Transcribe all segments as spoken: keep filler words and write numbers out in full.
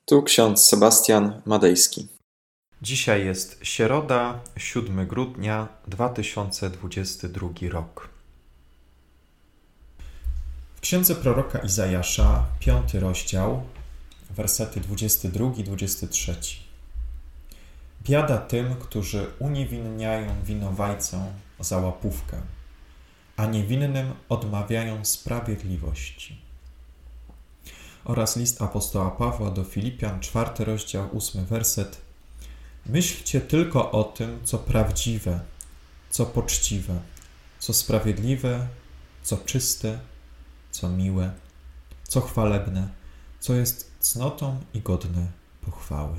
Tu ksiądz Sebastian Madejski. Dzisiaj jest środa, siódmego grudnia dwa tysiące dwudziesty drugi rok. W księdze proroka Izajasza, piąty rozdział, wersety dwudziesty drugi dwudziesty trzeci. Biada tym, którzy uniewinniają winowajcę za łapówkę, a niewinnym odmawiają sprawiedliwości. Oraz list apostoła Pawła do Filipian, czwarty rozdział, ósmy werset. Myślcie tylko o tym, co prawdziwe, co poczciwe, co sprawiedliwe, co czyste, co miłe, co chwalebne, co jest cnotą i godne pochwały.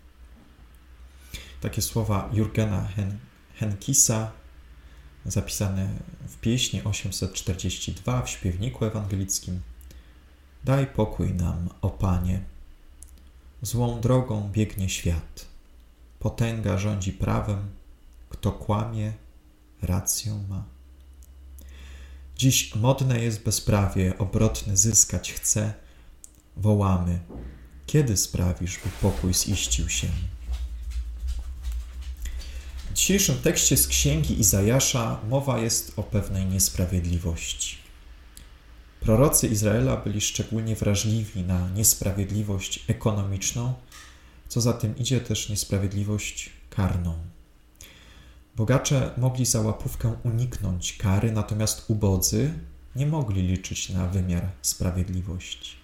Takie słowa Jurgena Hen- Henkisa, zapisane w pieśni osiemset czterdzieści dwa w śpiewniku ewangelickim. Daj pokój nam, o Panie. Złą drogą biegnie świat. Potęga rządzi prawem. Kto kłamie, rację ma. Dziś modne jest bezprawie, obrotny zyskać chce. Wołamy, kiedy sprawisz, by pokój ziścił się? W dzisiejszym tekście z księgi Izajasza mowa jest o pewnej niesprawiedliwości. Prorocy Izraela byli szczególnie wrażliwi na niesprawiedliwość ekonomiczną, co za tym idzie też niesprawiedliwość karną. Bogacze mogli za łapówkę uniknąć kary, natomiast ubodzy nie mogli liczyć na wymiar sprawiedliwości.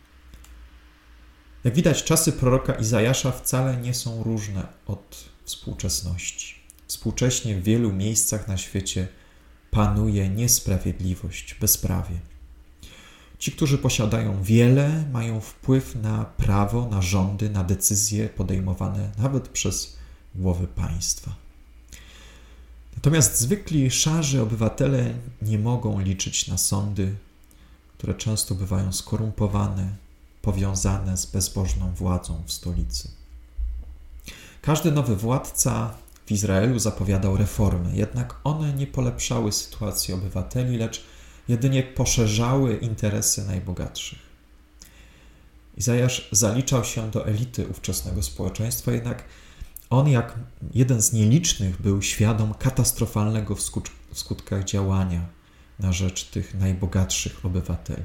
Jak widać, czasy proroka Izajasza wcale nie są różne od współczesności. Współcześnie w wielu miejscach na świecie panuje niesprawiedliwość, bezprawie. Ci, którzy posiadają wiele, mają wpływ na prawo, na rządy, na decyzje podejmowane nawet przez głowy państwa. Natomiast zwykli, szarzy obywatele nie mogą liczyć na sądy, które często bywają skorumpowane, powiązane z bezbożną władzą w stolicy. Każdy nowy władca w Izraelu zapowiadał reformy, jednak one nie polepszały sytuacji obywateli, lecz jedynie poszerzały interesy najbogatszych. Izajasz zaliczał się do elity ówczesnego społeczeństwa, jednak on jak jeden z nielicznych był świadom katastrofalnego w skutkach działania na rzecz tych najbogatszych obywateli.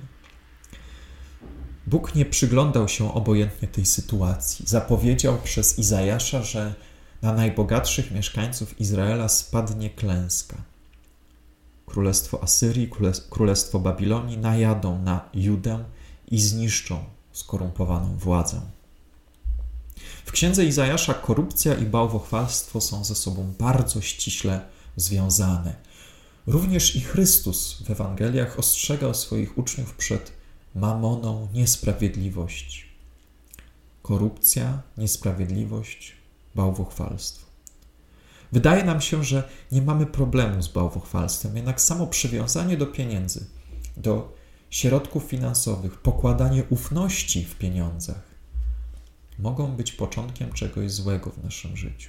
Bóg nie przyglądał się obojętnie tej sytuacji. Zapowiedział przez Izajasza, że na najbogatszych mieszkańców Izraela spadnie klęska. Królestwo Asyrii, Królestwo Babilonii najadą na Judę i zniszczą skorumpowaną władzę. W księdze Izajasza korupcja i bałwochwalstwo są ze sobą bardzo ściśle związane. Również i Chrystus w Ewangeliach ostrzegał swoich uczniów przed mamoną niesprawiedliwości. Korupcja, niesprawiedliwość, bałwochwalstwo. Wydaje nam się, że nie mamy problemu z bałwochwalstwem, jednak samo przywiązanie do pieniędzy, do środków finansowych, pokładanie ufności w pieniądzach mogą być początkiem czegoś złego w naszym życiu.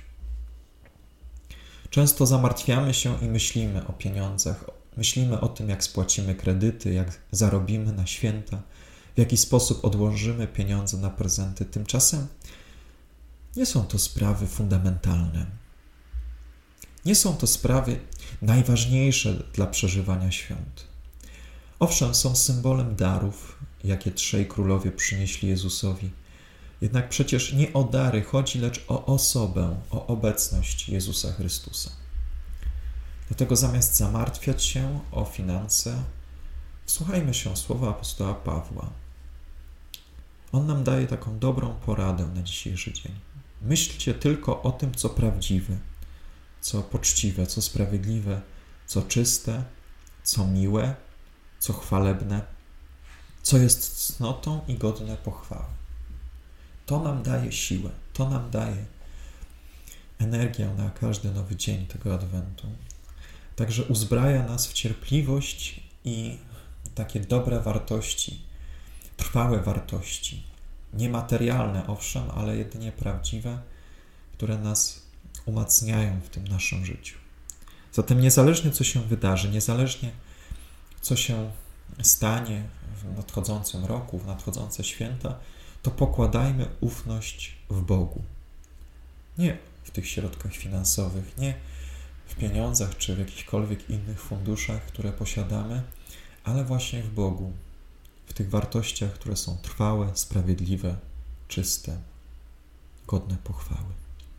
Często zamartwiamy się i myślimy o pieniądzach, myślimy o tym, jak spłacimy kredyty, jak zarobimy na święta, w jaki sposób odłożymy pieniądze na prezenty. Tymczasem nie są to sprawy fundamentalne. Nie są to sprawy najważniejsze dla przeżywania świąt. Owszem, są symbolem darów, jakie trzej królowie przynieśli Jezusowi. Jednak przecież nie o dary chodzi, lecz o osobę, o obecność Jezusa Chrystusa. Dlatego zamiast zamartwiać się o finanse, wsłuchajmy się słowa apostoła Pawła. On nam daje taką dobrą poradę na dzisiejszy dzień. Myślcie tylko o tym, co prawdziwe, co poczciwe, co sprawiedliwe, co czyste, co miłe, co chwalebne, co jest cnotą i godne pochwały. To nam daje siłę, to nam daje energię na każdy nowy dzień tego Adwentu. Także uzbraja nas w cierpliwość i takie dobre wartości, trwałe wartości, niematerialne owszem, ale jedynie prawdziwe, które nas umacniają w tym naszym życiu. Zatem niezależnie co się wydarzy, niezależnie co się stanie w nadchodzącym roku, w nadchodzące święta, to pokładajmy ufność w Bogu. Nie w tych środkach finansowych, nie w pieniądzach czy w jakichkolwiek innych funduszach, które posiadamy, ale właśnie w Bogu, w tych wartościach, które są trwałe, sprawiedliwe, czyste, godne pochwały.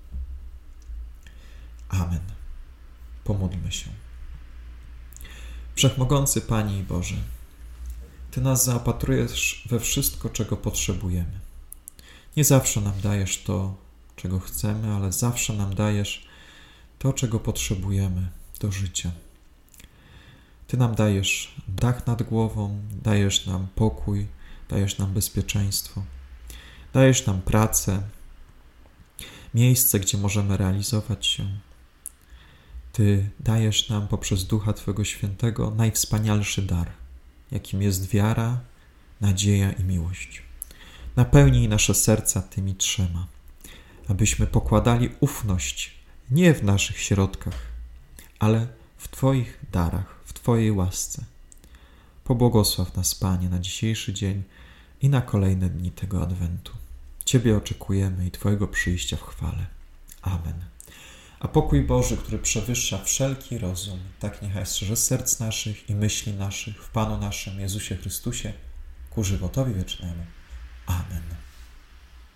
Amen. Pomódlmy się. Wszechmogący Panie i Boże, Ty nas zaopatrujesz we wszystko, czego potrzebujemy. Nie zawsze nam dajesz to, czego chcemy, ale zawsze nam dajesz to, czego potrzebujemy do życia. Ty nam dajesz dach nad głową, dajesz nam pokój, dajesz nam bezpieczeństwo, dajesz nam pracę, miejsce, gdzie możemy realizować się. Ty dajesz nam poprzez Ducha Twego Świętego najwspanialszy dar, jakim jest wiara, nadzieja i miłość. Napełnij nasze serca tymi trzema, abyśmy pokładali ufność nie w naszych środkach, ale w Twoich darach, w Twojej łasce. Pobłogosław nas, Panie, na dzisiejszy dzień i na kolejne dni tego Adwentu. Ciebie oczekujemy i Twojego przyjścia w chwale. Amen. A pokój Boży, który przewyższa wszelki rozum, tak niechaj strzeże serc naszych i myśli naszych w Panu naszym Jezusie Chrystusie ku żywotowi wiecznemu. Amen.